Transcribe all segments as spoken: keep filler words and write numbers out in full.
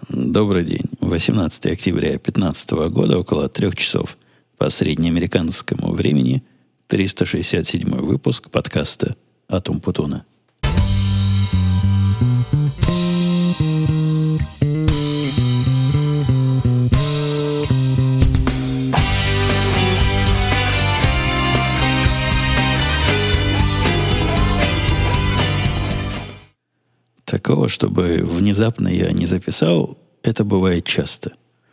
Добрый день. восемнадцатое октября две тысячи пятнадцатого года, около трех часов по среднеамериканскому времени, триста шестьдесят седьмой выпуск подкаста «Атум Путуна». Такого, чтобы внезапно я не записал, это бывает часто.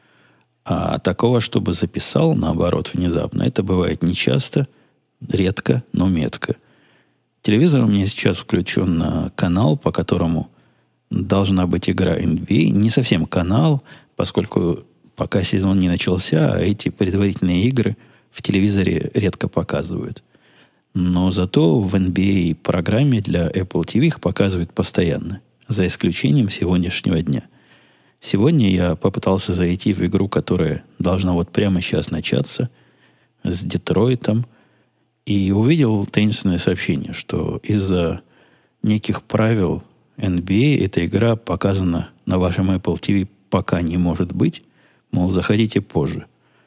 А такого, чтобы записал, наоборот, внезапно, это бывает нечасто, редко, но метко. Телевизор у меня сейчас включен на канал, по которому должна быть игра эн би эй. Не совсем канал, поскольку пока сезон не начался, а эти предварительные игры в телевизоре редко показывают. Но зато в эн би эй программе для Apple ти ви их показывают постоянно, за исключением сегодняшнего дня. Сегодня я попытался зайти в игру, которая должна вот прямо сейчас начаться, с Детройтом, и увидел таинственное сообщение, что из-за неких правил эн би эй эта игра показана на вашем Apple ти ви пока не может быть, мол, заходите позже.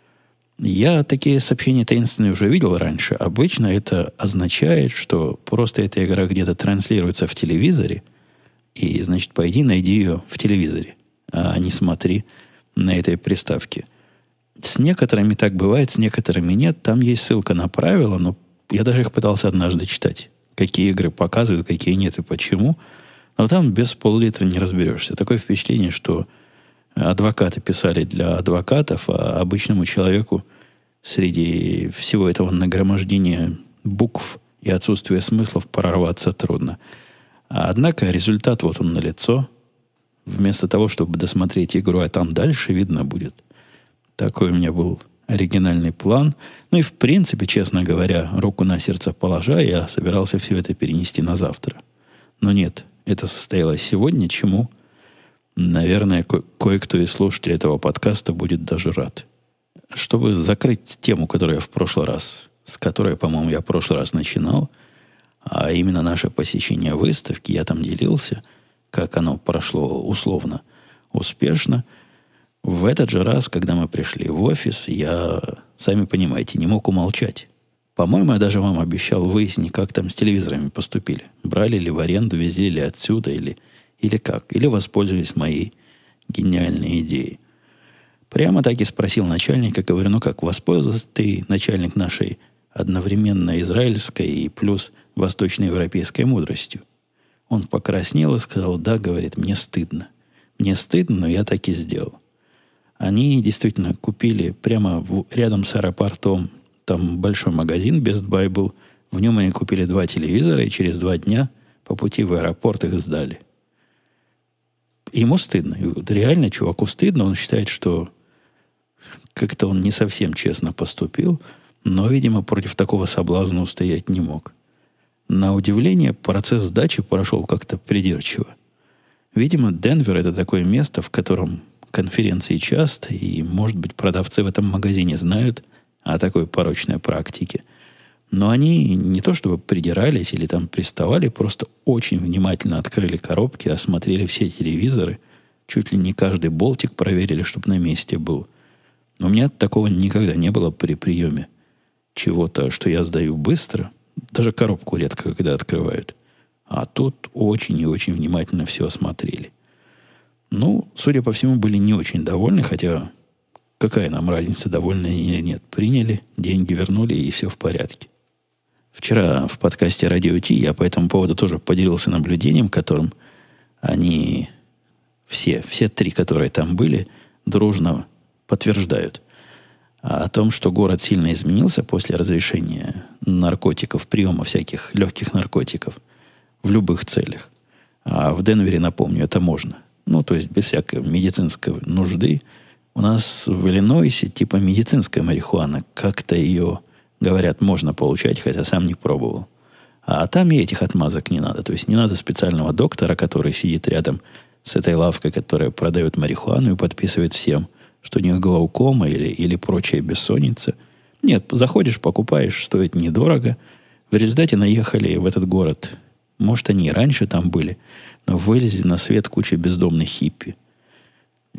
Я такие сообщения таинственные уже видел раньше. Обычно это означает, что просто эта игра где-то транслируется в телевизоре, и, значит, пойди найди ее в телевизоре, а не смотри на этой приставке. С некоторыми так бывает, с некоторыми нет. Там есть ссылка на правила, но я даже их пытался однажды читать. Какие игры показывают, какие нет и почему. Но там без пол-литра не разберешься. Такое впечатление, что адвокаты писали для адвокатов, а обычному человеку среди всего этого нагромождения букв и отсутствия смыслов прорваться трудно. Однако результат вот он налицо. Вместо того, чтобы досмотреть игру, а там дальше видно будет. Такой у меня был оригинальный план. Ну и в принципе, честно говоря, руку на сердце положа, я собирался все это перенести на завтра. Но нет, это состоялось сегодня, чему, наверное, ко- кое-кто из слушателей этого подкаста будет даже рад. Чтобы закрыть тему, которую я в прошлый раз, с которой, по-моему, я в прошлый раз начинал, а именно наше посещение выставки, я там делился, как оно прошло условно успешно. В этот же раз, когда мы пришли в офис, я, сами понимаете, не мог умолчать. По-моему, я даже вам обещал выяснить, как там с телевизорами поступили. Брали ли в аренду, везли ли отсюда, или, или как. Или воспользовались моей гениальной идеей. Прямо так и спросил начальника. Говорю, ну как, воспользовался ты, начальник, нашей одновременно израильской и плюс восточноевропейской мудростью? Он покраснел и сказал, да, говорит, мне стыдно. Мне стыдно, но я так и сделал. Они действительно купили прямо в, рядом с аэропортом, там большой магазин Best Buy был. В нем они купили два телевизора, и через два дня по пути в аэропорт их сдали. Ему стыдно. И вот реально чуваку стыдно. Он считает, что как-то он не совсем честно поступил, но, видимо, против такого соблазна устоять не мог. На удивление, процесс сдачи прошел как-то придирчиво. Видимо, Денвер – это такое место, в котором конференции часто, и, может быть, продавцы в этом магазине знают о такой порочной практике. Но они не то чтобы придирались или там приставали, просто очень внимательно открыли коробки, осмотрели все телевизоры, чуть ли не каждый болтик проверили, чтобы на месте был. Но у меня такого никогда не было при приеме чего-то, что я сдаю быстро. Даже коробку редко когда открывают. А тут очень и очень внимательно все осмотрели. Ну, судя по всему, были не очень довольны, хотя какая нам разница, довольны или нет. Приняли, деньги вернули, и все в порядке. Вчера в подкасте Радио Ти я по этому поводу тоже поделился наблюдением, которым они все, все три, которые там были, дружно подтверждают. О том, что город сильно изменился после разрешения наркотиков, приема всяких легких наркотиков в любых целях. А в Денвере, напомню, это можно. Ну, то есть без всякой медицинской нужды. У нас в Иллинойсе типа медицинская марихуана. Как-то ее, говорят, можно получать, хотя сам не пробовал. А там и этих отмазок не надо. То есть не надо специального доктора, который сидит рядом с этой лавкой, которая продает марихуану и подписывает всем, что у них глаукома или, или прочая бессонница. Нет, заходишь, покупаешь, стоит недорого. В результате наехали в этот город. Может, они и раньше там были, но вылезли на свет куча бездомных хиппи.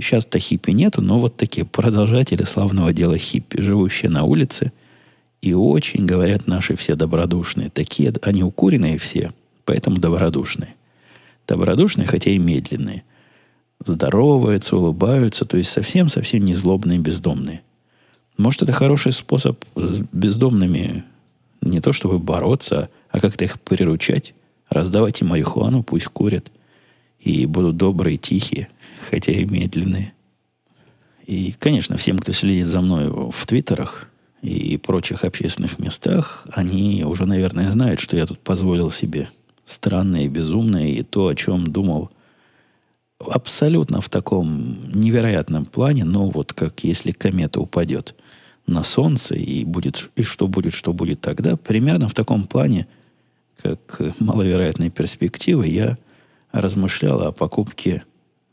сейчас-то хиппи нету, но вот такие продолжатели славного дела хиппи, живущие на улице, и очень, говорят, наши все добродушные. Такие, они укуренные все, поэтому добродушные. Добродушные, хотя и медленные. Здороваются, улыбаются, то есть совсем-совсем не злобные бездомные. Может, это хороший способ с бездомными не то чтобы бороться, а как-то их приручать, раздавать им марихуану, пусть курят, и будут добрые, тихие, хотя и медленные. И, конечно, всем, кто следит за мной в твиттерах и прочих общественных местах, они уже, наверное, знают, что я тут позволил себе странное, безумное, и то, о чем думал абсолютно в таком невероятном плане, но вот как если комета упадет на Солнце, и, будет, и что будет, что будет тогда, примерно в таком плане, как маловероятные перспективы, я размышлял о покупке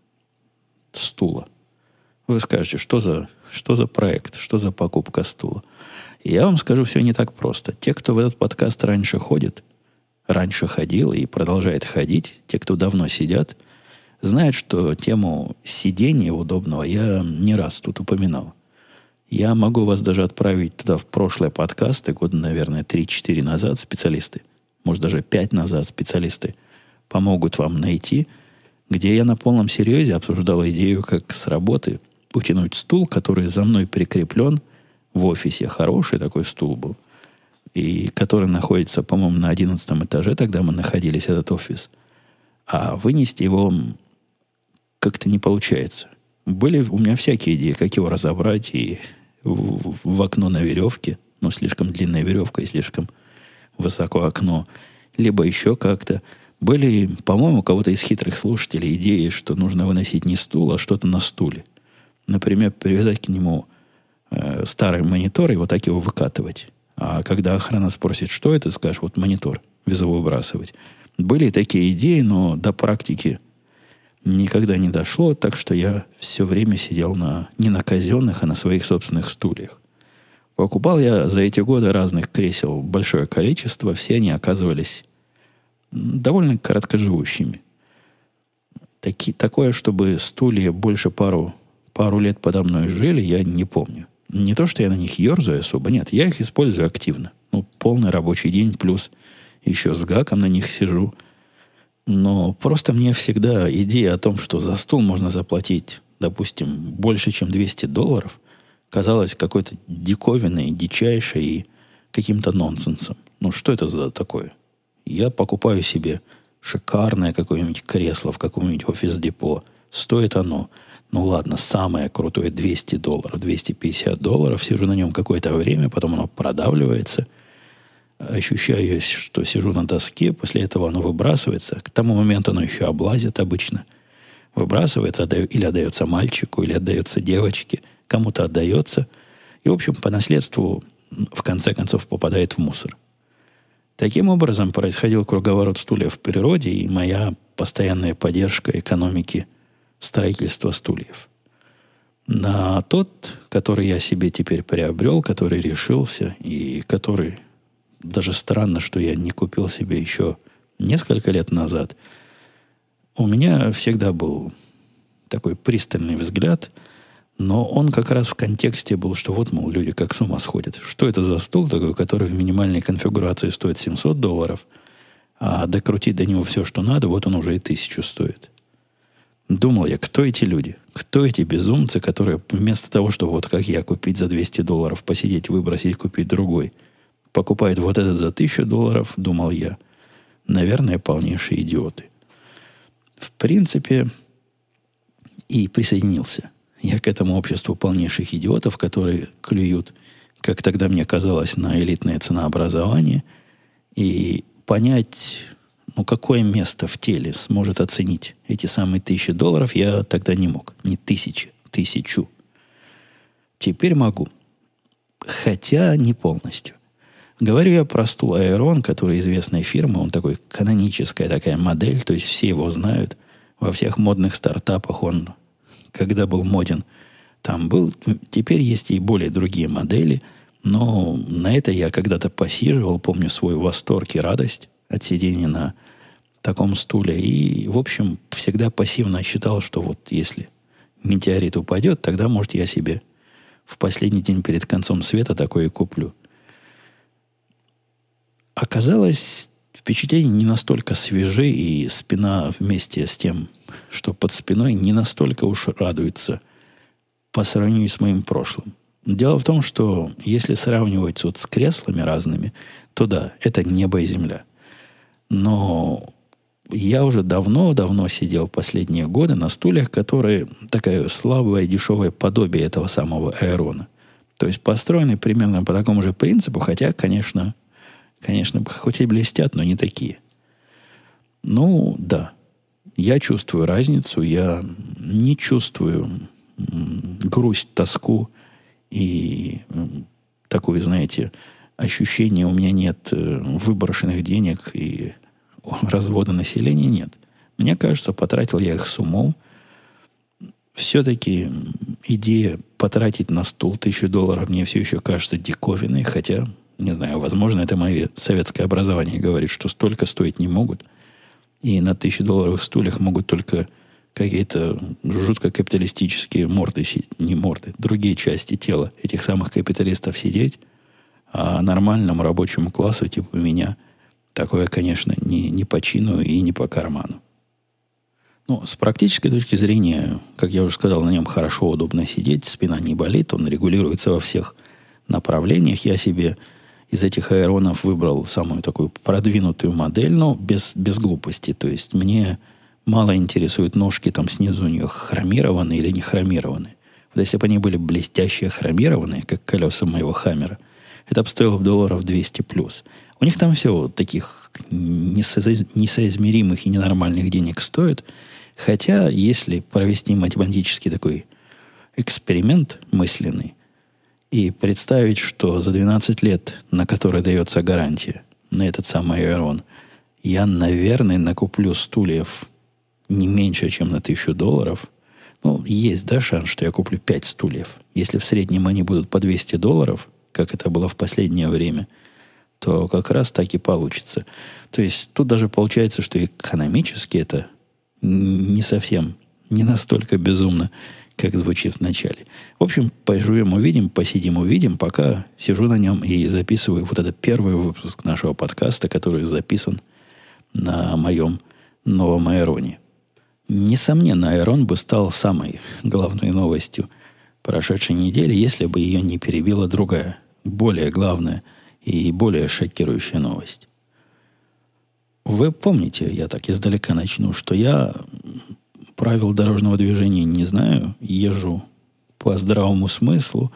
стула. Вы скажете, что за, что за проект, что за покупка стула? И я вам скажу, все не так просто. Те, кто в этот подкаст раньше ходит, раньше ходил и продолжает ходить, те, кто давно сидят, знают, что тему сидения удобного я не раз тут упоминал. Я могу вас даже отправить туда в прошлые подкасты, года, наверное, три-четыре назад специалисты, может, даже пять назад специалисты помогут вам найти, где я на полном серьезе обсуждал идею, как с работы утянуть стул, который за мной прикреплен в офисе. Хороший такой стул был. И который находится, по-моему, на одиннадцатом этаже, тогда мы находились, этот офис. А вынести его как-то не получается. Были у меня всякие идеи, как его разобрать и в, в окно на веревке. Но слишком длинная веревка и слишком высоко окно. Либо еще как-то. Были, по-моему, у кого-то из хитрых слушателей идеи, что нужно выносить не стул, а что-то на стуле. Например, привязать к нему э, старый монитор и вот так его выкатывать. А когда охрана спросит, что это, скажешь, вот монитор, визовой выбрасывать. Были такие идеи, но до практики никогда не дошло, так что я все время сидел на, не на казенных, а на своих собственных стульях. Покупал я за эти годы разных кресел большое количество, все они оказывались довольно короткоживущими. Таки, такое, чтобы стулья больше пару, пару лет подо мной жили, я не помню. Не то, что я на них ерзаю особо, нет, я их использую активно. Ну, полный рабочий день, плюс еще с гаком на них сижу. Но просто мне всегда идея о том, что за стул можно заплатить, допустим, больше, чем двести долларов, казалась какой-то диковинной, дичайшей и каким-то нонсенсом. Ну, что это за такое? Я покупаю себе шикарное какое-нибудь кресло в каком-нибудь офис-депо. Стоит оно, ну ладно, самое крутое двести долларов, двести пятьдесят долларов. Сижу на нем какое-то время, потом оно продавливается. Ощущаю, что сижу на доске, после этого оно выбрасывается. К тому моменту оно еще облазит обычно. Выбрасывается или отдается мальчику, или отдается девочке. Кому-то отдается. И, в общем, по наследству, в конце концов, попадает в мусор. Таким образом происходил круговорот стульев в природе и моя постоянная поддержка экономики строительства стульев. На тот, который я себе теперь приобрел, который решился и который... Даже странно, что я не купил себе еще несколько лет назад. У меня всегда был такой пристальный взгляд, но он как раз в контексте был, что вот, мол, люди как с ума сходят. Что это за стул такой, который в минимальной конфигурации стоит семьсот долларов, а докрутить до него все, что надо, вот он уже и тысячу стоит. Думал я, кто эти люди? Кто эти безумцы, которые вместо того, чтобы вот как я купить за двести долларов, посидеть, выбросить, купить другой, покупает вот этот за тысячу долларов, думал я. Наверное, полнейшие идиоты. В принципе, и присоединился я к этому обществу полнейших идиотов, которые клюют, как тогда мне казалось, на элитное ценообразование, и понять, ну, какое место в теле сможет оценить эти самые тысячи долларов, я тогда не мог. Не тысячи, тысячу. Теперь могу. Хотя не полностью. Говорю я про стул Aeron, который известная фирма, он такой каноническая такая модель, то есть все его знают. Во всех модных стартапах он, когда был моден, там был. Теперь есть и более другие модели, но на это я когда-то посиживал, помню свой восторг и радость от сидения на таком стуле. И, в общем, всегда пассивно считал, что вот если метеорит упадет, тогда, может, я себе в последний день перед концом света такое и куплю. Оказалось, впечатления не настолько свежи, и спина вместе с тем, что под спиной, не настолько уж радуется по сравнению с моим прошлым. Дело в том, что если сравнивать вот с креслами разными, то да, это небо и земля. Но я уже давно-давно сидел последние годы на стульях, которые такое слабое, дешевое подобие этого самого Аэрона. То есть построены примерно по такому же принципу, хотя, конечно, конечно, хоть и блестят, но не такие. Ну, да. Я чувствую разницу, я не чувствую м, грусть, тоску и м, такое, знаете, ощущение, у меня нет э, выброшенных денег и развода населения, нет. Мне кажется, потратил я их с умом. Все-таки идея потратить на стул тысячу долларов мне все еще кажется диковиной, хотя, не знаю, возможно, это мое советское образование говорит, что столько стоить не могут. И на тысячедолларовых стульях могут только какие-то жутко капиталистические морды, не морды, другие части тела этих самых капиталистов сидеть, а нормальному рабочему классу типа меня такое, конечно, не, не по чину и не по карману. Ну, с практической точки зрения, как я уже сказал, на нем хорошо, удобно сидеть, спина не болит, он регулируется во всех направлениях. Я себе из этих аэронов выбрал самую такую продвинутую модель, но без, без глупости. То есть мне мало интересуют ножки там снизу у нее хромированные или не хромированные. Вот если бы они были блестящие хромированные, как колеса моего Хаммера, это бы стоило долларов двести плюс. У них там все таких несоиз... несоизмеримых и ненормальных денег стоит. Хотя, если провести математический такой эксперимент мысленный и представить, что за двенадцать лет, на которые дается гарантия на этот самый Аэрон, я, наверное, накуплю стульев не меньше, чем на тысячу долларов. Ну, есть, да, шанс, что я куплю пять стульев. Если в среднем они будут по двести долларов, как это было в последнее время, то как раз так и получится. То есть тут даже получается, что экономически это не совсем, не настолько безумно, как звучит в начале. В общем, поживем, увидим, посидим, увидим, пока сижу на нем и записываю вот этот первый выпуск нашего подкаста, который записан на моем новом Аэроне. Несомненно, Аэрон бы стал самой главной новостью прошедшей недели, если бы ее не перебила другая, более главная и более шокирующая новость. Вы помните, я так издалека начну, что я правил дорожного движения не знаю, езжу по здравому смыслу.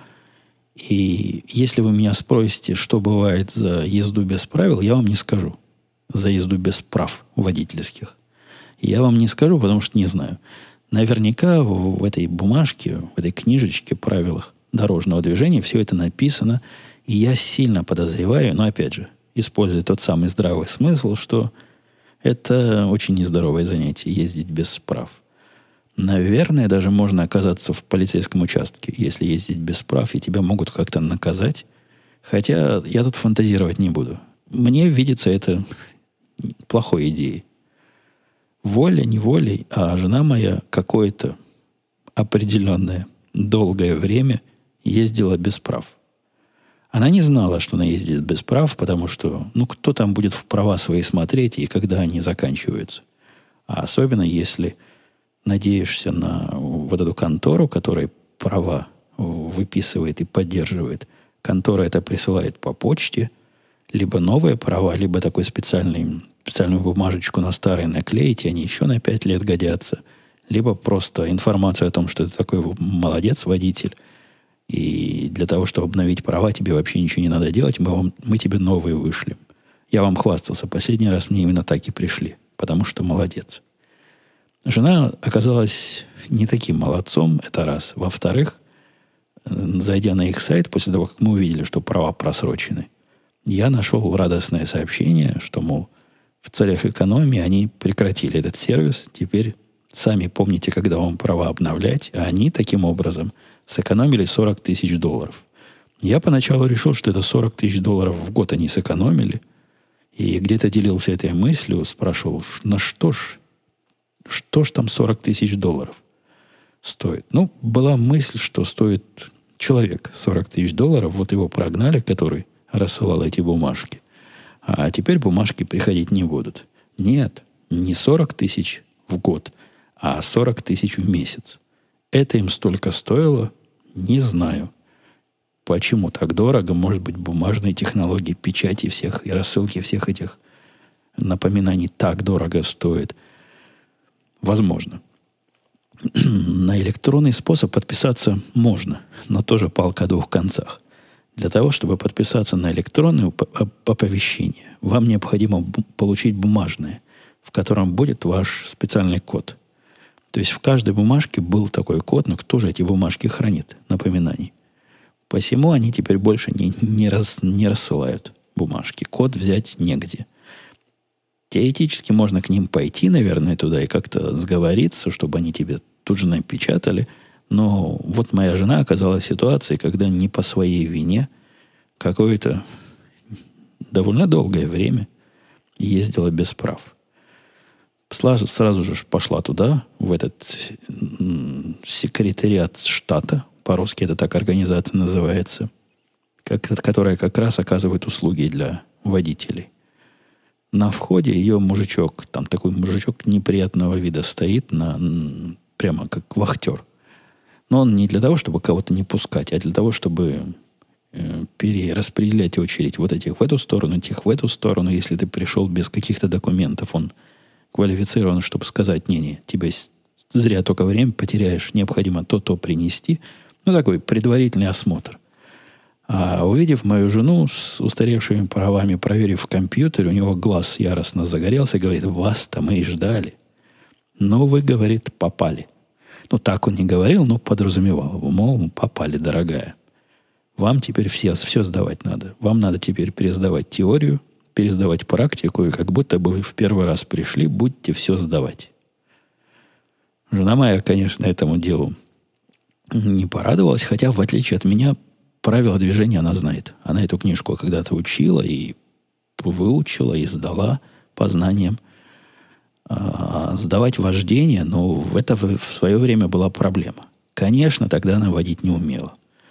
И если вы меня спросите, что бывает за езду без правил, я вам не скажу. За езду без прав водительских. Я вам не скажу, потому что не знаю. Наверняка в, в этой бумажке, в этой книжечке, правилах дорожного движения все это написано. И я сильно подозреваю, но опять же, используя тот самый здравый смысл, что это очень нездоровое занятие ездить без прав. Наверное, даже можно оказаться в полицейском участке, если ездить без прав, и тебя могут как-то наказать. Хотя я тут фантазировать не буду. Мне видится это плохой идеей. Воля, неволей, а жена моя какое-то определенное долгое время ездила без прав. Она не знала, что она ездит без прав, потому что, ну, кто там будет в права свои смотреть и когда они заканчиваются. А особенно, если надеешься на вот эту контору, которая права выписывает и поддерживает. Контора это присылает по почте, либо новые права, либо такой специальный, специальную бумажечку на старые наклеить, и они еще на пять лет годятся. Либо просто информацию о том, что ты такой молодец, водитель, и для того, чтобы обновить права, тебе вообще ничего не надо делать, мы, вам, мы тебе новые вышлем. Я вам хвастался, последний раз мне именно так и пришли, потому что молодец. Жена оказалась не таким молодцом, это раз. Во-вторых, зайдя на их сайт, после того, как мы увидели, что права просрочены, я нашел радостное сообщение, что, мол, в целях экономии они прекратили этот сервис. Теперь сами помните, когда вам права обновлять, а они таким образом сэкономили сорок тысяч долларов. Я поначалу решил, что это сорок тысяч долларов в год они сэкономили. И где-то делился этой мыслью, спрашивал, на что ж, что ж там сорок тысяч долларов? стоит. Ну, была мысль, что стоит человек сорок тысяч долларов. Вот его прогнали, который рассылал эти бумажки. А теперь бумажки приходить не будут. Нет, не сорок тысяч в год, а сорок тысяч в месяц. Это им столько стоило? Не знаю. Почему так дорого? Может быть, бумажные технологии печати всех и рассылки всех этих напоминаний так дорого стоят? Возможно. На электронный способ подписаться можно, но тоже палка о двух концах. Для того, чтобы подписаться на электронное оповещение, вам необходимо б- получить бумажное, в котором будет ваш специальный код. То есть в каждой бумажке был такой код, но кто же эти бумажки хранит, напоминаний? Посему они теперь больше не, не, рас, не рассылают бумажки. Код взять негде. Теоретически можно к ним пойти, наверное, туда и как-то сговориться, чтобы они тебе тут же напечатали. Но вот моя жена оказалась в ситуации, когда не по своей вине какое-то довольно долгое время ездила без прав. Сразу, сразу же пошла туда, в этот м, секретариат штата, по-русски это так организация называется, как, которая как раз оказывает услуги для водителей. На входе ее мужичок, там такой мужичок неприятного вида стоит, на, прямо как вахтер. Но он не для того, чтобы кого-то не пускать, а для того, чтобы э, перераспределять очередь вот этих в эту сторону, тех в эту сторону. Если ты пришел без каких-то документов, он квалифицирован, чтобы сказать, не-не, тебе зря только время потеряешь, необходимо то-то принести. Ну, такой предварительный осмотр. А увидев мою жену с устаревшими правами, проверив в компьютере, у него глаз яростно загорелся и говорит, вас-то мы и ждали. Но вы, говорит, попали. Ну, так он не говорил, но подразумевал. Мол, попали, дорогая. Вам теперь все, все сдавать надо. Вам надо теперь пересдавать теорию, пересдавать практику, и как будто бы вы в первый раз пришли, будете все сдавать. Жена моя, конечно, этому делу не порадовалась, хотя, в отличие от меня, правила движения она знает. Она эту книжку когда-то учила и выучила, и сдала по знаниям. А сдавать вождение, но в это в свое время была проблема. Конечно, тогда она водить не умела.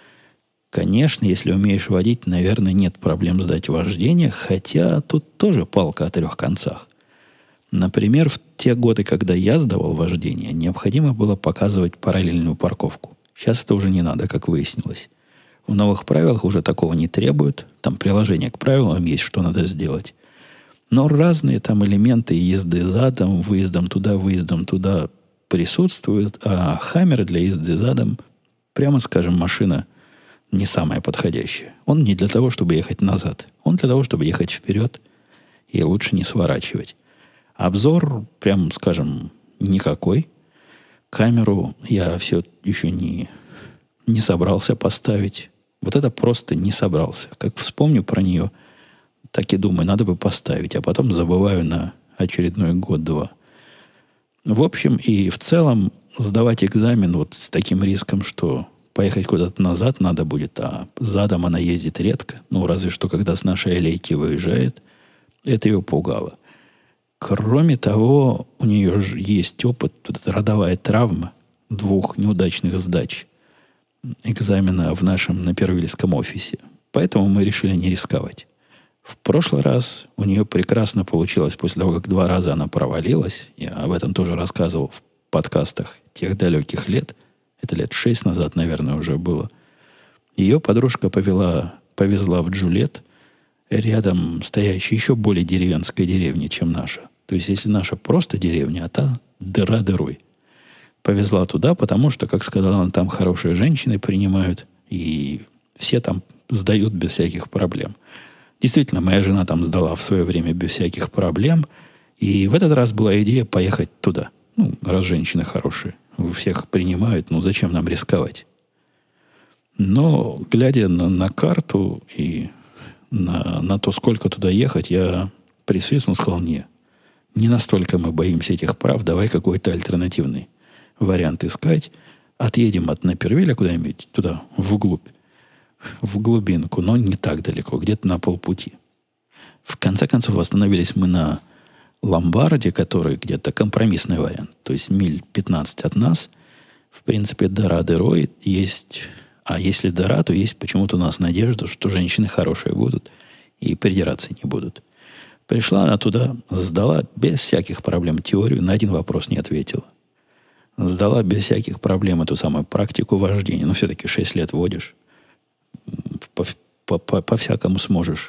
Конечно, если умеешь водить, наверное, нет проблем сдать вождение, хотя тут тоже палка о трех концах. Например, в те годы, когда я сдавал вождение, необходимо было показывать параллельную парковку. Сейчас это уже не надо, как выяснилось. В новых правилах уже такого не требуют. Там приложение к правилам есть, что надо сделать. Но разные там элементы езды задом, выездом туда, выездом туда присутствуют. А Хаммер для езды задом, прямо скажем, машина не самая подходящая. Он не для того, чтобы ехать назад. Он для того, чтобы ехать вперед и лучше не сворачивать. Обзор, прям скажем, никакой. Камеру я все еще не, не собрался поставить. Вот это просто не собрался. Как вспомню про нее, так и думаю, надо бы поставить. А потом забываю на очередной год-два. В общем и в целом сдавать экзамен вот с таким риском, что поехать куда-то назад надо будет, а задом она ездит редко. Ну, разве что, когда с нашей аллейки выезжает. Это ее пугало. Кроме того, у нее же есть опыт, вот эта родовая травма двух неудачных сдач экзамена в нашем напервильском офисе. Поэтому мы решили не рисковать. В прошлый раз у нее прекрасно получилось, после того, как два раза она провалилась. Я об этом тоже рассказывал в подкастах тех далеких лет. Это лет шесть назад, наверное, уже было. Ее подружка повела, повезла в Джульетт, рядом стоящей еще более деревенской деревни, чем наша. То есть, если наша просто деревня, а та дыра дырой. Повезла туда, потому что, как сказала она, там хорошие женщины принимают, и все там сдают без всяких проблем. Действительно, моя жена там сдала в свое время без всяких проблем, и в этот раз была идея поехать туда. Ну, раз женщины хорошие, всех принимают, ну зачем нам рисковать? Но, глядя на, на карту и на, на то, сколько туда ехать, я присвистнул, сказал, не, не настолько мы боимся этих прав, давай какой-то альтернативный вариант искать. Отъедем от Напервиля куда-нибудь туда, вглубь, в глубинку, но не так далеко, где-то на полпути. В конце концов, остановились мы на Ломбарде, который где-то компромиссный вариант, то есть миль пятнадцать от нас. В принципе, дыра дырой есть... А если дыра, то есть почему-то у нас надежда, что женщины хорошие будут и придираться не будут. Пришла она туда, сдала без всяких проблем теорию, на один вопрос не ответила. Сдала без всяких проблем эту самую практику вождения. Но все-таки шесть лет водишь. По, по, по, по-всякому сможешь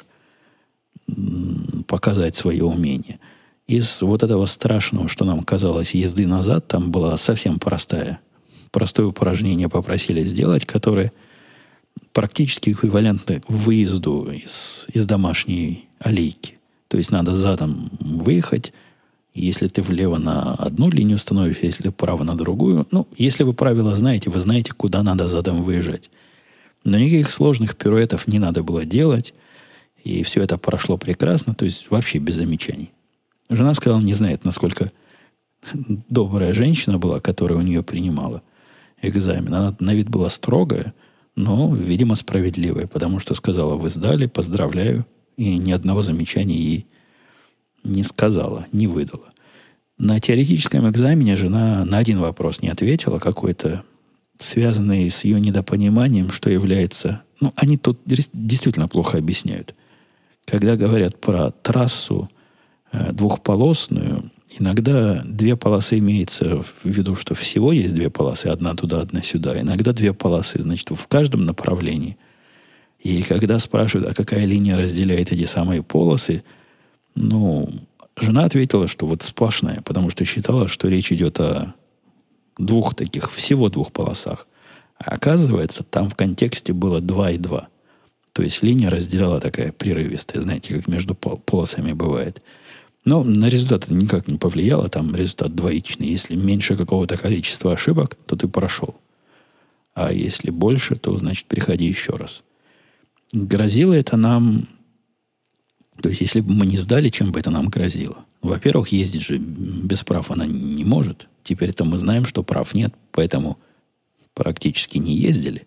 показать свое умение. Из вот этого страшного, что нам казалось, езды назад, там была совсем простая. Простое упражнение попросили сделать, которое практически эквивалентно выезду из, из домашней аллейки. То есть надо задом выехать. Если ты влево на одну линию становишься, если вправо на другую. Ну, если вы правила знаете, вы знаете, куда надо задом выезжать. Но никаких сложных пируэтов не надо было делать. И все это прошло прекрасно. То есть вообще без замечаний. Жена сказала, не знает, насколько добрая женщина была, которая у нее принимала экзамен. Она на вид была строгая, но, видимо, справедливая, потому что сказала, вы сдали, поздравляю, и ни одного замечания ей не сказала, не выдала. На теоретическом экзамене жена на один вопрос не ответила, какой-то связанный с ее недопониманием, что является... Ну, они тут действительно плохо объясняют. Когда говорят про трассу э, двухполосную, иногда две полосы имеется в виду, что всего есть две полосы, одна туда, одна сюда. Иногда две полосы, значит, в каждом направлении. И когда спрашивают, а какая линия разделяет эти самые полосы, ну, жена ответила, что вот сплошная, потому что считала, что речь идет о двух таких, всего двух полосах. А оказывается, там в контексте было два и два. То есть линия разделяла такая прерывистая, знаете, как между полосами бывает. Но на результат это никак не повлияло, там результат двоичный. Если меньше какого-то количества ошибок, то ты прошел. А если больше, то, значит, приходи еще раз. Грозило это нам... То есть, если бы мы не сдали, чем бы это нам грозило? Во-первых, ездить же без прав она не может. Теперь-то мы знаем, что прав нет, поэтому практически не ездили.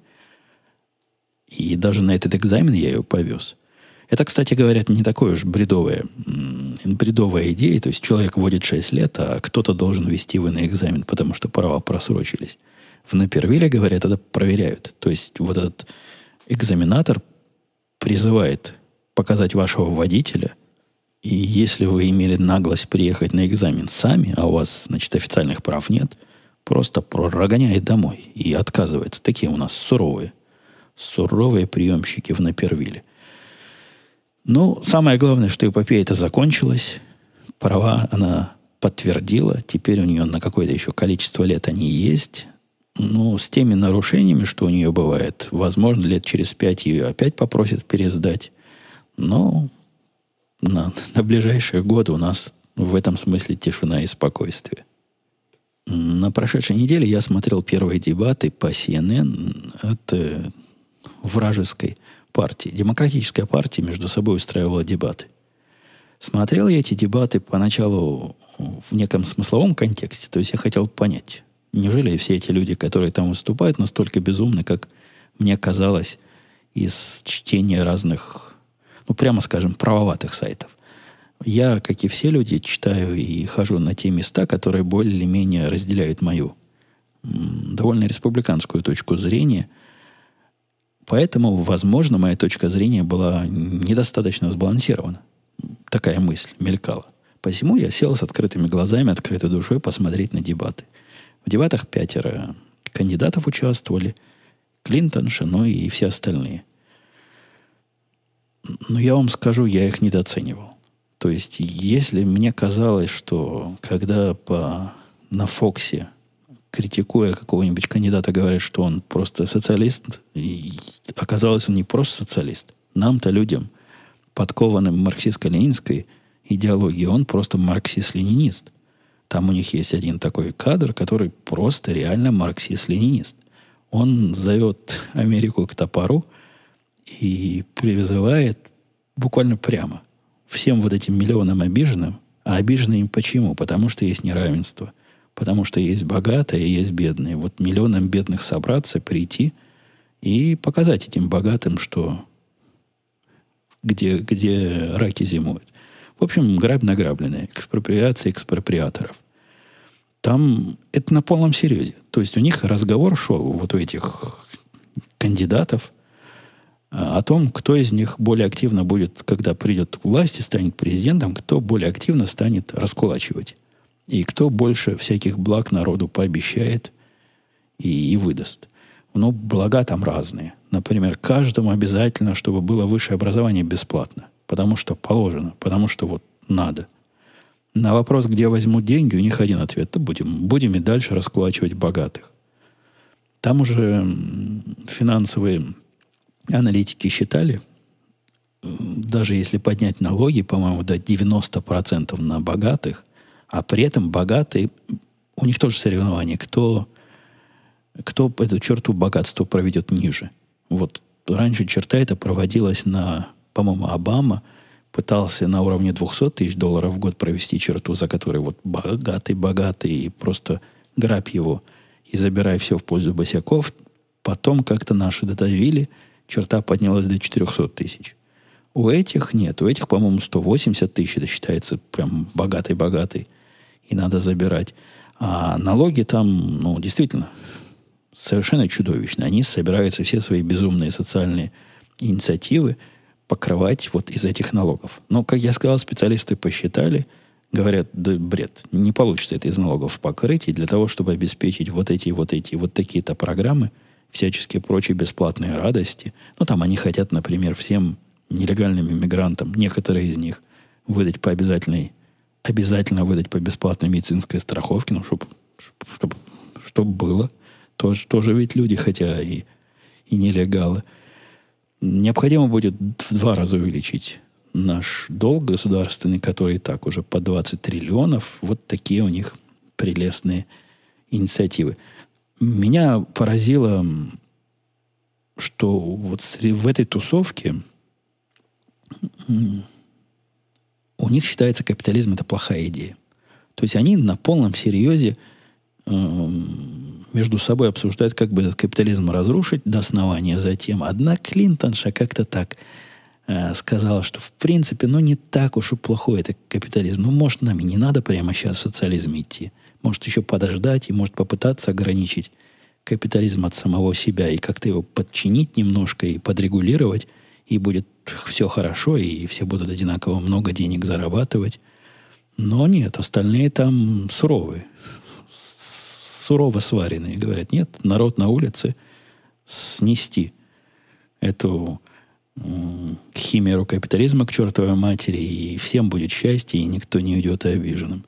И даже на этот экзамен я ее повез. Это, кстати говоря, не такое уж бредовая, бредовая идея. То есть, человек водит шесть лет, а кто-то должен вести его на экзамен, потому что права просрочились. В Напервилле, говорят, это проверяют. То есть, вот этот экзаменатор призывает показать вашего водителя, и если вы имели наглость приехать на экзамен сами, а у вас, значит, официальных прав нет, просто прогоняет домой и отказывается. Такие у нас суровые, суровые приемщики в Напервилле. Ну, самое главное, что эпопея это закончилась, права она подтвердила, теперь у нее на какое-то еще количество лет они есть. Ну, с теми нарушениями, что у нее бывает, возможно, лет через пять ее опять попросят пересдать. Но на, на ближайшие годы у нас в этом смысле тишина и спокойствие. На прошедшей неделе я смотрел первые дебаты по си эн эн от э, вражеской партии. Демократическая партия между собой устраивала дебаты. Смотрел я эти дебаты поначалу в неком смысловом контексте. То есть я хотел понять, неужели все эти люди, которые там выступают, настолько безумны, как мне казалось из чтения разных, ну, прямо скажем, правоватых сайтов. Я, как и все люди, читаю и хожу на те места, которые более-менее разделяют мою м, довольно республиканскую точку зрения. Поэтому, возможно, моя точка зрения была недостаточно сбалансирована. Такая мысль мелькала. Посему я сел с открытыми глазами, открытой душой посмотреть на дебаты. В дебатах пятеро кандидатов участвовали. Клинтон, Шино и все остальные. Но я вам скажу, я их недооценивал. То есть, если мне казалось, что когда по, на Фоксе, критикуя какого-нибудь кандидата, говорят, что он просто социалист, и оказалось, он не просто социалист. Нам-то, людям, подкованным марксистско-ленинской идеологией, он просто марксист-ленинист. Там у них есть один такой кадр, который просто реально марксист-ленинист. Он зовет Америку к топору и призывает буквально прямо всем вот этим миллионам обиженным. А обижены им почему? Потому что есть неравенство. Потому что есть богатые и есть бедные. Вот миллионам бедных собраться, прийти и показать этим богатым, что где, где раки зимуют. В общем, грабь награбленная. Экспроприация экспроприаторов. Там это на полном серьезе. То есть у них разговор шел, вот у этих кандидатов, о том, кто из них более активно будет, когда придет к власти, станет президентом, кто более активно станет раскулачивать. И кто больше всяких благ народу пообещает и, и выдаст. Но блага там разные. Например, каждому обязательно, чтобы было высшее образование бесплатно. Потому что положено, потому что вот надо. На вопрос, где возьмут деньги, у них один ответ. Да будем, будем и дальше раскулачивать богатых. Там уже финансовые аналитики считали, даже если поднять налоги, по-моему, до девяносто процентов на богатых, а при этом богатые, у них тоже соревнование, кто, кто эту черту богатства проведет ниже. Вот раньше черта эта проводилась на, по-моему, Обама пытался на уровне двухсот тысяч долларов в год провести черту, за которой вот богатый-богатый, и просто грабь его и забирай все в пользу босяков. Потом как-то наши додавили, черта поднялась до четырехсот тысяч. У этих нет. У этих, по-моему, сто восемьдесят тысяч. Это считается прям богатый-богатый. И надо забирать. А налоги там, ну, действительно, совершенно чудовищные. Они собираются все свои безумные социальные инициативы покрывать вот из этих налогов. Но, как я сказал, специалисты посчитали, говорят, да бред, не получится это из налогов покрыть. И для того, чтобы обеспечить вот эти, вот эти, вот такие-то программы, всяческие прочие бесплатные радости. Ну, там они хотят, например, всем нелегальным иммигрантам, некоторые из них, выдать по обязательной, обязательно выдать по бесплатной медицинской страховке, ну, чтобы чтоб, чтоб было. Тоже, тоже ведь люди, хотя и, и нелегалы. Необходимо будет в два раза увеличить наш долг государственный, который и так уже по двадцать триллионов. Вот такие у них прелестные инициативы. Меня поразило, что вот в этой тусовке у них считается капитализм это плохая идея. То есть они на полном серьезе э, между собой обсуждают, как бы этот капитализм разрушить до основания. Затем одна Клинтонша как-то так э, сказала, что в принципе, ну не так уж и плохой это капитализм. Ну, может, нам и не надо прямо сейчас в социализм идти. Может, еще подождать и может попытаться ограничить капитализм от самого себя и как-то его подчинить немножко и подрегулировать, и будет все хорошо, и все будут одинаково много денег зарабатывать. Но нет, остальные там суровые, сурово сваренные. Говорят, нет, народ на улице снести эту м- химеру капитализма к чертовой матери, и всем будет счастье, и никто не уйдет обиженным.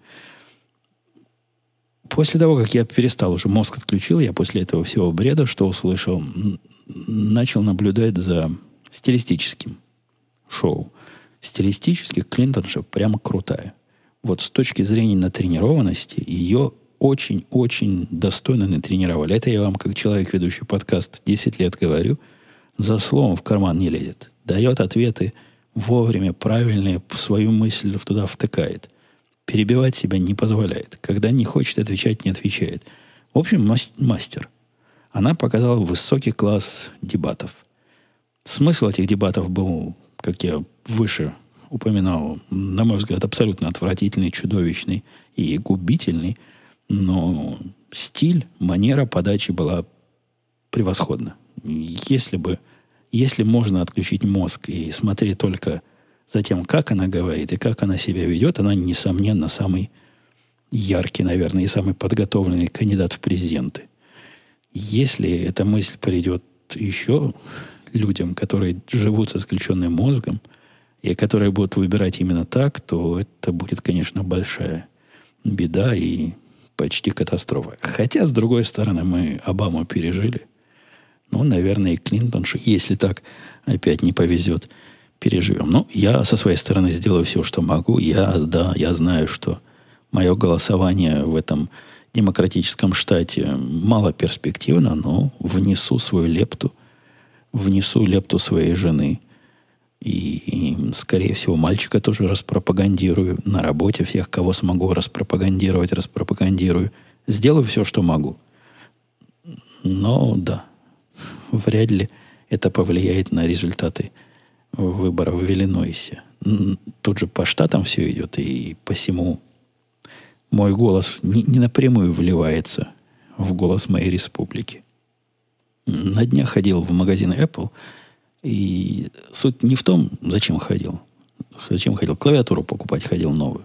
После того, как я перестал, уже мозг отключил, я после этого всего бреда, что услышал, начал наблюдать за стилистическим шоу. Стилистически Клинтонша прямо крутая. Вот с точки зрения натренированности ее очень-очень достойно натренировали. Это я вам, как человек, ведущий подкаст, десять лет говорю, за словом в карман не лезет. Дает ответы вовремя, правильные, свою мысль туда втыкает. Перебивать себя не позволяет. Когда не хочет отвечать, не отвечает. В общем, мастер. Она показала высокий класс дебатов. Смысл этих дебатов был, как я выше упоминал, на мой взгляд, абсолютно отвратительный, чудовищный и губительный. Но стиль, манера подачи была превосходна. Если бы, если можно отключить мозг и смотреть только за тем, как она говорит и как она себя ведет, она, несомненно, самый яркий, наверное, и самый подготовленный кандидат в президенты. Если эта мысль придет еще людям, которые живут с отключенным мозгом, и которые будут выбирать именно так, то это будет, конечно, большая беда и почти катастрофа. Хотя, с другой стороны, мы Обаму пережили. Ну, наверное, и Клинтон, если так опять не повезет, переживем. Ну, я со своей стороны сделаю все, что могу. Я, да, я знаю, что мое голосование в этом демократическом штате малоперспективно, но внесу свою лепту, внесу лепту своей жены. И, и, скорее всего, мальчика тоже распропагандирую. На работе всех, кого смогу распропагандировать, распропагандирую. Сделаю все, что могу. Но, да, вряд ли это повлияет на результаты выборов в Иллинойсе. Тут же по штатам все идет, и по всему мой голос не, не напрямую вливается в голос моей республики. На днях ходил в магазин Apple, и суть не в том, зачем ходил. Зачем ходил? Клавиатуру покупать ходил новую.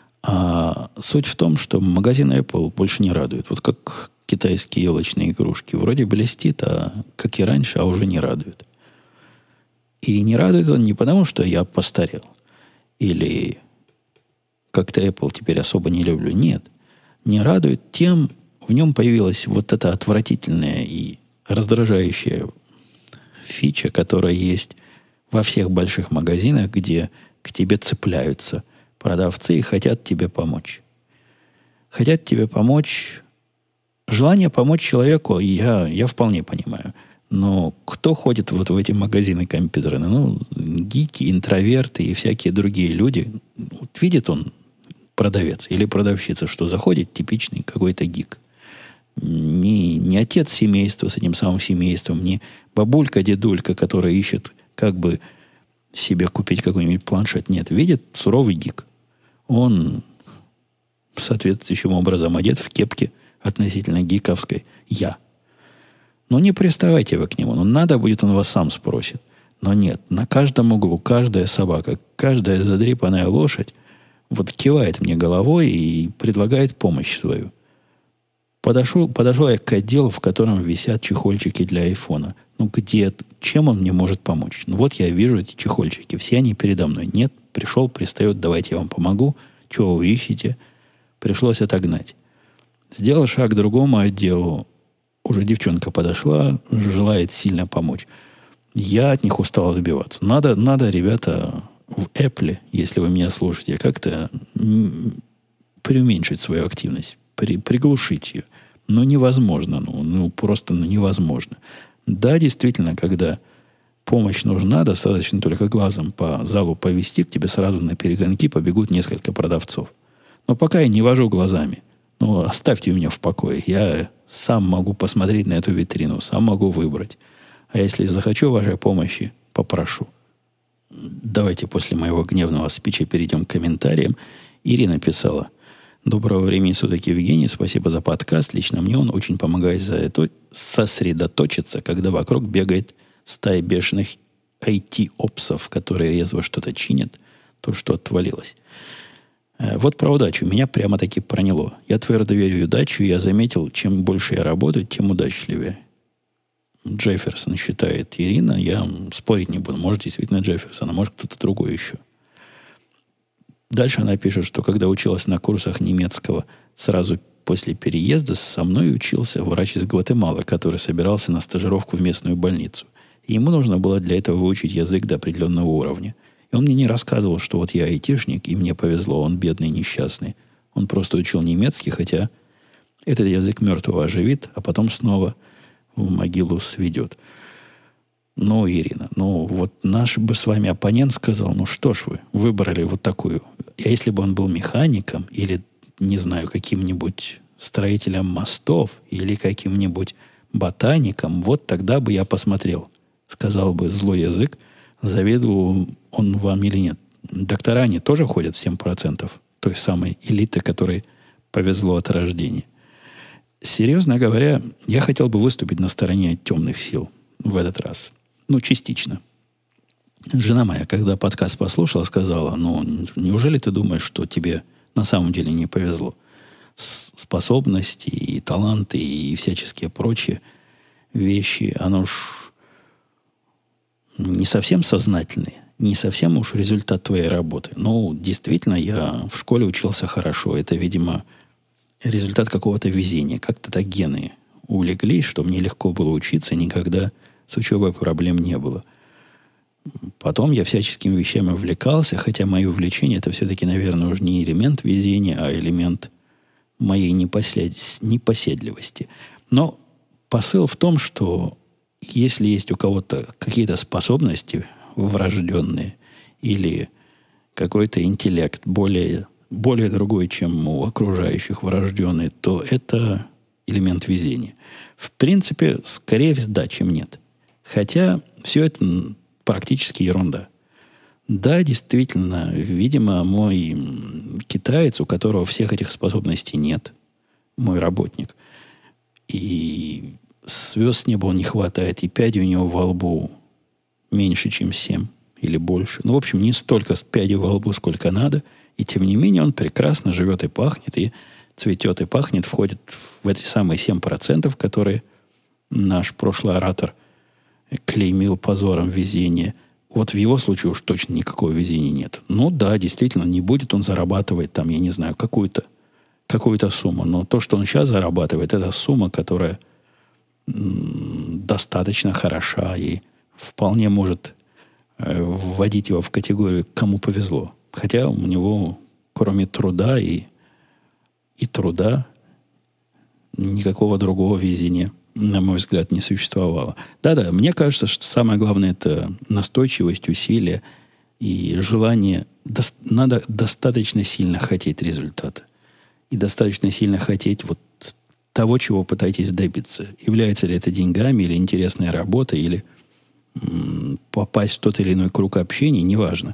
А суть в том, что магазин Apple больше не радует. Вот как китайские елочные игрушки. Вроде блестит, а как и раньше, а уже не радует. И не радует он не потому, что я постарел. Или как-то Apple теперь особо не люблю. Нет. Не радует тем, в нем появилась вот эта отвратительная и раздражающая фича, которая есть во всех больших магазинах, где к тебе цепляются продавцы и хотят тебе помочь. Хотят тебе помочь. Желание помочь человеку я, я вполне понимаю. Но кто ходит вот в эти магазины компьютерные? Ну, гики, интроверты и всякие другие люди. Вот видит он, продавец или продавщица, что заходит типичный какой-то гик. Не, не отец семейства с этим самым семейством, не бабулька-дедулька, которая ищет, как бы себе купить какой-нибудь планшет. Нет, видит суровый гик. Он соответствующим образом одет в кепке относительно гиковской. Я. Но не приставайте вы к нему. Ну, надо будет, он вас сам спросит. Но нет, на каждом углу каждая собака, каждая задрипанная лошадь вот кивает мне головой и предлагает помощь свою. Подошел, подошел я к отделу, в котором висят чехольчики для айфона. Ну, где, чем он мне может помочь? Ну, вот я вижу эти чехольчики. Все они передо мной. Нет, пришел, пристает, давайте я вам помогу. Чего вы ищете? Пришлось отогнать. Сделал шаг к другому отделу. Уже девчонка подошла, желает сильно помочь. Я от них устал отбиваться. Надо, надо, ребята, в Apple, если вы меня слушаете, как-то преуменьшить свою активность. При, приглушить ее. Но невозможно. Ну, ну просто ну, невозможно. Да, действительно, когда помощь нужна, достаточно только глазом по залу повести, к тебе сразу на перегонки побегут несколько продавцов. Но пока я не вожу глазами. Ну, оставьте меня в покое. Я сам могу посмотреть на эту витрину, сам могу выбрать. А если захочу вашей помощи, попрошу. Давайте после моего гневного спича перейдем к комментариям. Ирина писала: доброго времени суток, Евгений. Спасибо за подкаст. Лично мне он очень помогает сосредоточиться, когда вокруг бегает стая бешеных ай ти-опсов, которые резво что-то чинят, то, что отвалилось. Вот про удачу. Меня прямо-таки проняло. Я твердо верю в удачу, и я заметил, чем больше я работаю, тем удачливее. Джефферсон считает Ирина. Я спорить не буду. Может, действительно Джефферсон, а может, кто-то другой еще. Дальше она пишет, что когда училась на курсах немецкого, сразу после переезда со мной учился врач из Гватемалы, который собирался на стажировку в местную больницу. И ему нужно было для этого выучить язык до определенного уровня. И он мне не рассказывал, что вот я айтишник, и мне повезло, он бедный, несчастный. Он просто учил немецкий, хотя этот язык мертвого оживит, а потом снова в могилу сведет. Ну, Ирина, ну вот наш бы с вами оппонент сказал, ну что ж вы выбрали вот такую. А если бы он был механиком или, не знаю, каким-нибудь строителем мостов или каким-нибудь ботаником, вот тогда бы я посмотрел. Сказал бы злой язык, завидовал он вам или нет. Доктора, они тоже ходят в семь процентов той самой элиты, которой повезло от рождения. Серьезно говоря, я хотел бы выступить на стороне темных сил в этот раз. Ну, частично. Жена моя, когда подкаст послушала, сказала: ну, неужели ты думаешь, что тебе на самом деле не повезло? Способности и таланты и всяческие прочие вещи, оно уж не совсем сознательные, не совсем уж результат твоей работы. Ну, действительно, я в школе учился хорошо. Это, видимо, результат какого-то везения. Как-то так гены улеглись, что мне легко было учиться, никогда с учебой проблем не было. Потом я всяческими вещами увлекался, хотя мое увлечение это все-таки, наверное, уже не элемент везения, а элемент моей непослед... непоседливости. Но посыл в том, что если есть у кого-то какие-то способности врожденные или какой-то интеллект более, более другой, чем у окружающих врожденный, то это элемент везения. В принципе, скорее да, чем нет. Хотя все это практически ерунда. Да, действительно, видимо, мой китаец, у которого всех этих способностей нет, мой работник, и звезд с неба не хватает, и пяди у него во лбу меньше, чем семь или больше. Ну, в общем, не столько пядей во лбу, сколько надо, и тем не менее он прекрасно живет и пахнет, и цветет и пахнет, входит в эти самые семь процентов, которые наш прошлый оратор клеймил позором везения. Вот в его случае уж точно никакого везения нет. Ну да, действительно, не будет он зарабатывать там, я не знаю, какую-то какую-то сумму. Но то, что он сейчас зарабатывает, это сумма, которая м, достаточно хороша и вполне может э, вводить его в категорию «кому повезло». Хотя у него, кроме труда и, и труда, никакого другого везения, на мой взгляд, не существовало. Да-да, мне кажется, что самое главное – это настойчивость, усилия и желание. До, надо достаточно сильно хотеть результата. И достаточно сильно хотеть вот того, чего пытаетесь добиться. Является ли это деньгами, или интересной работой, или м, попасть в тот или иной круг общения, неважно.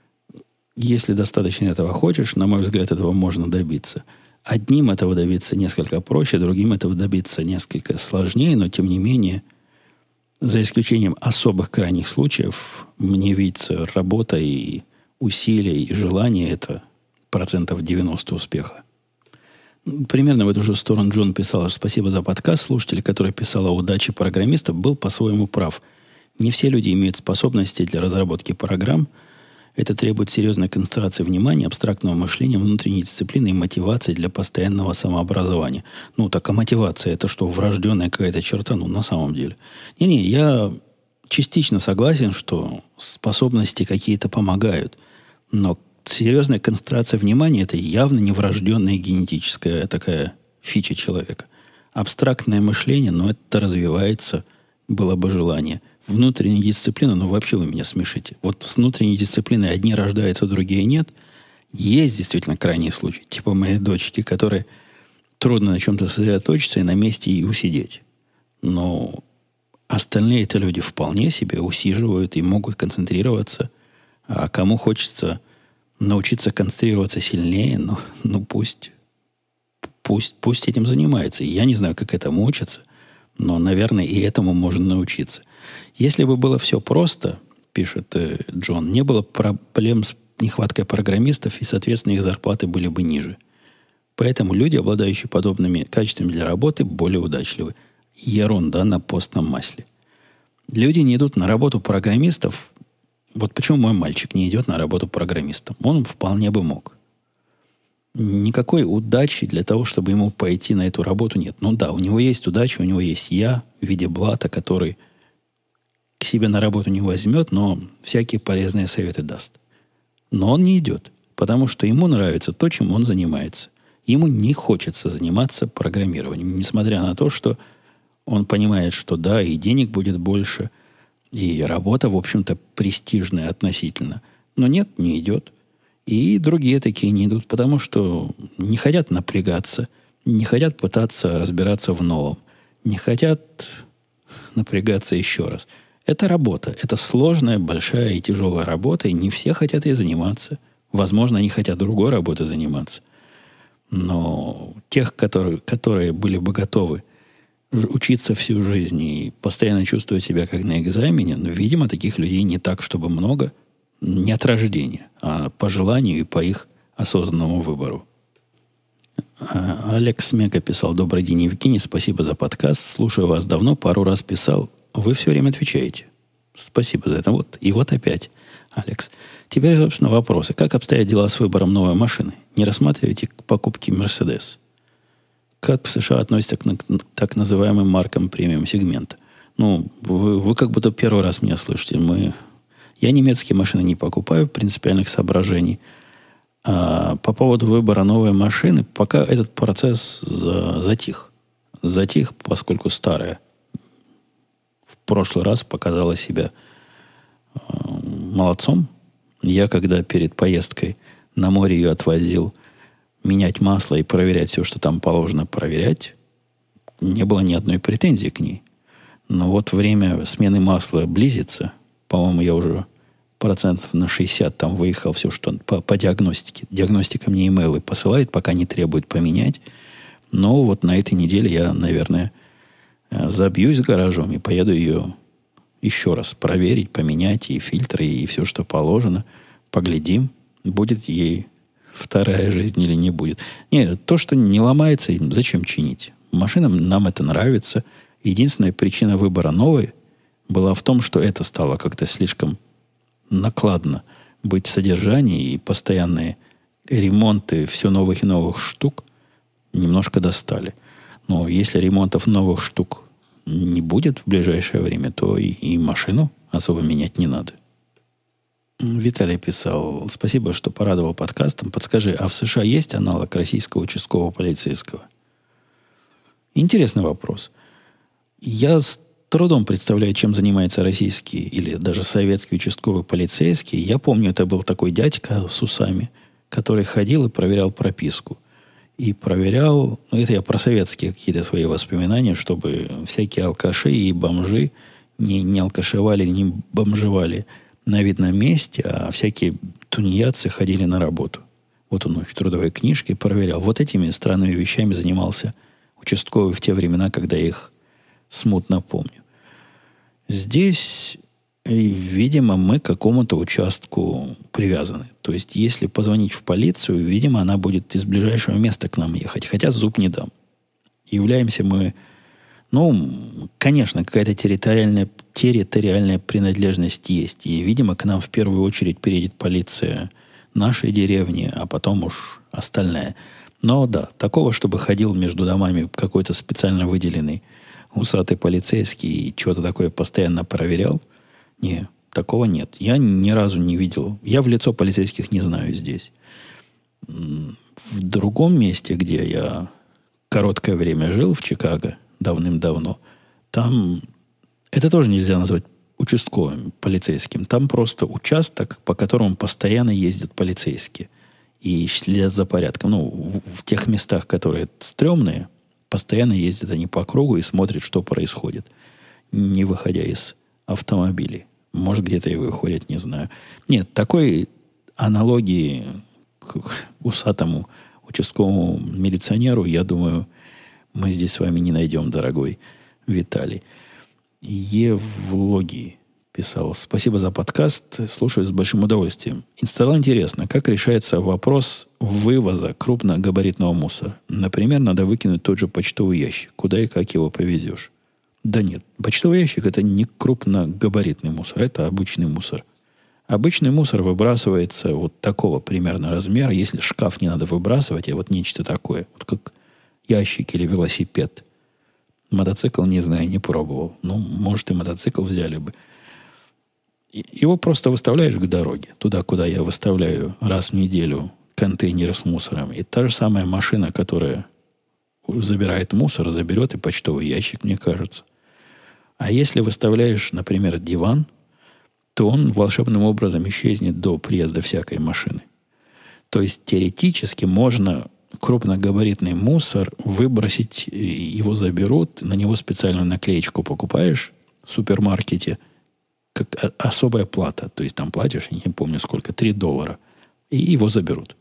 Если достаточно этого хочешь, на мой взгляд, этого можно добиться. Одним этого добиться несколько проще, другим этого добиться несколько сложнее, но тем не менее, за исключением особых крайних случаев, мне видится, работа и усилия, и желание – это процентов девяносто успеха. Примерно в эту же сторону Джон писал: «Спасибо за подкаст. Слушатель, который писал о удаче программистов, был по-своему прав. Не все люди имеют способности для разработки программ. Это требует серьезной концентрации внимания, абстрактного мышления, внутренней дисциплины и мотивации для постоянного самообразования». Ну, так а мотивация – это что, врожденная какая-то черта? Ну, на самом деле. Не-не, я частично согласен, что способности какие-то помогают. Но серьезная концентрация внимания – это явно не врожденная генетическая такая фича человека. Абстрактное мышление, но это развивается, было бы желание. Внутренняя дисциплина, ну вообще вы меня смешите. Вот с внутренней дисциплиной одни рождаются, другие нет. Есть действительно крайние случаи, типа моей дочки, которой трудно на чем-то сосредоточиться и на месте и усидеть. Но остальные это люди вполне себе усиживают и могут концентрироваться. А кому хочется научиться концентрироваться сильнее, ну, ну пусть, пусть, пусть этим занимается. И я не знаю, как этому учатся, но, наверное, и этому можно научиться. Если бы было все просто, пишет э, Джон, не было проблем с нехваткой программистов, и, соответственно, их зарплаты были бы ниже. Поэтому люди, обладающие подобными качествами для работы, более удачливы. Ерунда на постном масле. Люди не идут на работу программистов. Вот почему мой мальчик не идет на работу программистом. Он вполне бы мог. Никакой удачи для того, чтобы ему пойти на эту работу, нет. Ну да, у него есть удача, у него есть я в виде блата, который к себе на работу не возьмет, но всякие полезные советы даст. Но он не идет, потому что ему нравится то, чем он занимается. Ему не хочется заниматься программированием, несмотря на то, что он понимает, что да, и денег будет больше, и работа, в общем-то, престижная относительно. Но нет, не идет. И другие такие не идут, потому что не хотят напрягаться, не хотят пытаться разбираться в новом, не хотят напрягаться еще раз. Это работа. Это сложная, большая и тяжелая работа, и не все хотят ей заниматься. Возможно, они хотят другой работой заниматься. Но тех, которые, которые были бы готовы учиться всю жизнь и постоянно чувствовать себя как на экзамене, ну, видимо, таких людей не так, чтобы много. Не от рождения, а по желанию и по их осознанному выбору. Алекс Мега писал: «Добрый день, Евгений, спасибо за подкаст. Слушаю вас давно, пару раз писал. Вы все время отвечаете. Спасибо за это. Вот, и вот опять, Алекс. Теперь, собственно, вопросы. Как обстоят дела с выбором новой машины? Не рассматриваете к покупке Mercedes? Как в США относятся к, к так называемым маркам премиум-сегмента? Ну, вы, вы как будто первый раз меня слышите. Мы... Я немецкие машины не покупаю, принципиальных соображений. А по поводу выбора новой машины, пока этот процесс за, затих. Затих, поскольку старая в прошлый раз показала себя э, молодцом. Я, когда перед поездкой на море ее отвозил менять масло и проверять все, что там положено проверять, не было ни одной претензии к ней. Но вот время смены масла близится. По-моему, я уже процентов на шестьдесят там выехал все, что по, по диагностике. Диагностика мне имейлы посылает, пока не требует поменять. Но вот на этой неделе я, наверное, забьюсь гаражом и поеду ее еще раз проверить, поменять и фильтры, и все, что положено. Поглядим, будет ей вторая жизнь или не будет. Нет, то, что не ломается, зачем чинить? Машинам нам это нравится. Единственная причина выбора новой была в том, что это стало как-то слишком накладно быть в содержании, и постоянные ремонты все новых и новых штук немножко достали. Но если ремонтов новых штук не будет в ближайшее время, то и, и машину особо менять не надо. Виталий писал: спасибо, что порадовал подкастом. Подскажи, а в США есть аналог российского участкового полицейского? Интересный вопрос. Я с трудом представляю, чем занимается российский или даже советский участковый полицейский. Я помню, это был такой дядька с усами, который ходил и проверял прописку. И проверял, ну это я про советские какие-то свои воспоминания, чтобы всякие алкаши и бомжи не, не алкашевали, не бомжевали на видном месте, а всякие тунеядцы ходили на работу. Вот он их трудовые книжки проверял. Вот этими странными вещами занимался участковый в те времена, когда я их смутно помню. Здесь, видимо, мы к какому-то участку привязаны. То есть, если позвонить в полицию, видимо, она будет из ближайшего места к нам ехать. Хотя зуб не дам. Являемся мы... Ну, конечно, какая-то территориальная, территориальная принадлежность есть. И, видимо, к нам в первую очередь приедет полиция нашей деревни, а потом уж остальная. Но да, такого, чтобы ходил между домами какой-то специально выделенный усатый полицейский и что-то такое постоянно проверял, не, такого нет. Я ни разу не видел. Я в лицо полицейских не знаю здесь. В другом месте, где я короткое время жил, в Чикаго, давным-давно, там это тоже нельзя назвать участковым полицейским. Там просто участок, по которому постоянно ездят полицейские и следят за порядком. Ну, в, в тех местах, которые стрёмные, постоянно ездят они по кругу и смотрят, что происходит, не выходя из автомобилей. Может, где-то и выходят, не знаю. Нет, такой аналогии к усатому участковому милиционеру, я думаю, мы здесь с вами не найдем, дорогой Виталий. Евлогий писал: спасибо за подкаст, слушаю с большим удовольствием. И стало интересно, как решается вопрос вывоза крупногабаритного мусора. Например, надо выкинуть тот же почтовый ящик. Куда и как его повезешь? Да нет, почтовый ящик — это не крупногабаритный мусор, это обычный мусор. Обычный мусор выбрасывается вот такого примерно размера, если шкаф не надо выбрасывать, а вот нечто такое, вот как ящик или велосипед. Мотоцикл, не знаю, не пробовал. Ну, может, и мотоцикл взяли бы. Его просто выставляешь к дороге, туда, куда я выставляю раз в неделю контейнеры с мусором. И та же самая машина, которая забирает мусор, заберет и почтовый ящик, мне кажется. А если выставляешь, например, диван, то он волшебным образом исчезнет до приезда всякой машины. То есть теоретически можно крупногабаритный мусор выбросить, его заберут, на него специальную наклеечку покупаешь в супермаркете, как особая плата. То есть там платишь, я не помню сколько, три доллара, и его заберут.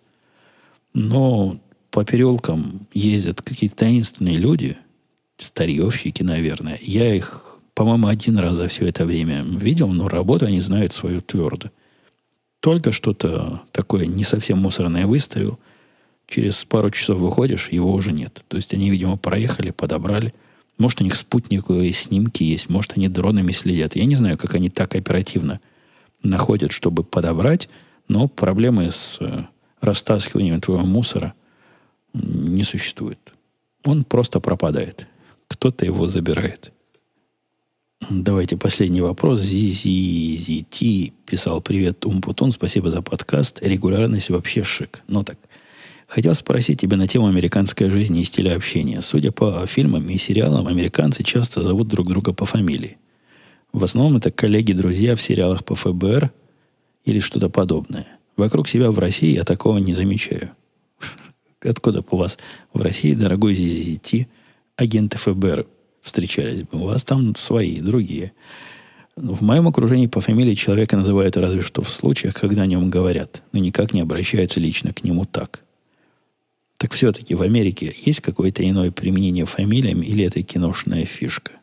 Но по переулкам ездят какие-то таинственные люди, старьевщики, наверное. Я их, по-моему, один раз за все это время видел, но работу они знают свою твердо. Только что-то такое не совсем мусорное выставил, через пару часов выходишь, его уже нет. То есть они, видимо, проехали, подобрали. Может, у них спутниковые снимки есть, может, они дронами следят. Я не знаю, как они так оперативно находят, чтобы подобрать, но проблемы с растаскиванием твоего мусора не существует. Он просто пропадает. Кто-то его забирает. Давайте последний вопрос. Зизизити писал: привет, Умпутун, спасибо за подкаст. Регулярность вообще шик. Ну так, хотел спросить тебя на тему американской жизни и стиля общения. Судя по фильмам и сериалам, американцы часто зовут друг друга по фамилии. В основном это коллеги, друзья в сериалах по эф бэ эр или что-то подобное. Вокруг себя в России я такого не замечаю. Откуда у вас в России, дорогой Зизити, агенты эф бэ эр встречались бы? У вас там свои, другие. В моем окружении по фамилии человека называют разве что в случаях, когда о нем говорят, но никак не обращаются лично к нему так. Так все-таки в Америке есть какое-то иное применение фамилиям или это киношная фишка?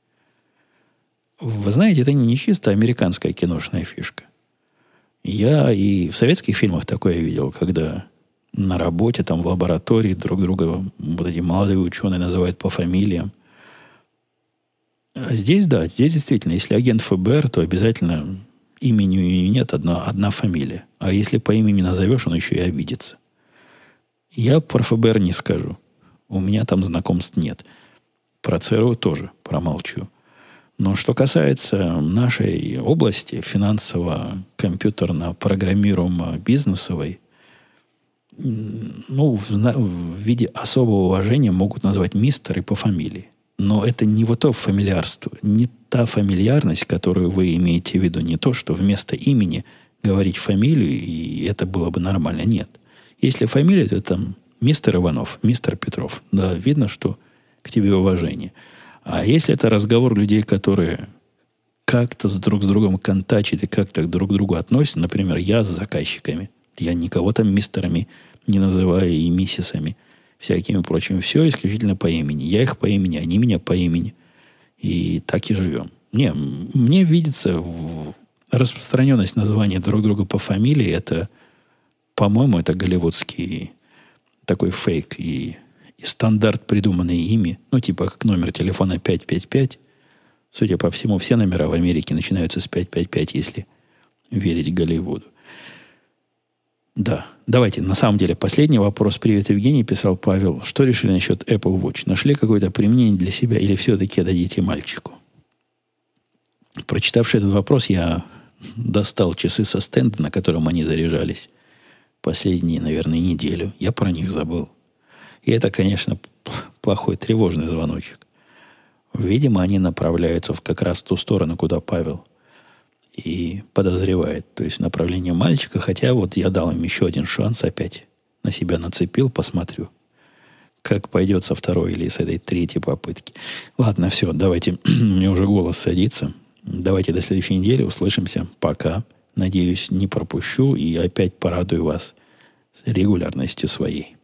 Вы знаете, это не чисто американская киношная фишка. Я и в советских фильмах такое видел, когда на работе, там в лаборатории друг друга вот эти молодые ученые называют по фамилиям. А здесь, да, здесь действительно, если агент ФБР, то обязательно имени у нее нет, одна, одна фамилия. А если по имени назовешь, он еще и обидится. Я про ФБР не скажу. У меня там знакомств нет. Про ЦРУ тоже промолчу. Но что касается нашей области, финансово-компьютерно-программируемо-бизнесовой, ну, в, в виде особого уважения могут назвать мистеры по фамилии. Но это не вот то фамильярство, не та фамильярность, которую вы имеете в виду, не то, что вместо имени говорить фамилию, и это было бы нормально. Нет. Если фамилия, то это мистер Иванов, мистер Петров. Да, видно, что к тебе уважение. А если это разговор людей, которые как-то с друг с другом контачат и как-то друг к другу относятся, например, я с заказчиками, я никого там мистерами не называю и миссисами, всякими прочими. Все исключительно по имени. Я их по имени, они меня по имени. И так и живем. Не, мне видится распространенность названия друг друга по фамилии, это, по-моему, это голливудский такой фейк и, и стандарт, придуманный ими, ну, типа как номер телефона пять пять пять. Судя по всему, все номера в Америке начинаются с пять пять пять, если верить Голливуду. Да, давайте, на самом деле, последний вопрос. Привет, Евгений, писал Павел. Что решили насчет Apple Watch? Нашли какое-то применение для себя или все-таки дадите мальчику? Прочитавший этот вопрос, я достал часы со стенда, на котором они заряжались последние, наверное, неделю. Я про них забыл. И это, конечно, плохой тревожный звоночек. Видимо, они направляются в как раз ту сторону, куда Павел и подозревает. То есть направление мальчика. Хотя вот я дал им еще один шанс опять. На себя нацепил, посмотрю, как пойдет со второй или с этой третьей попытки. Ладно, все, давайте. У меня уже голос садится. Давайте до следующей недели. Услышимся. Пока. Надеюсь, не пропущу и опять порадую вас с регулярностью своей.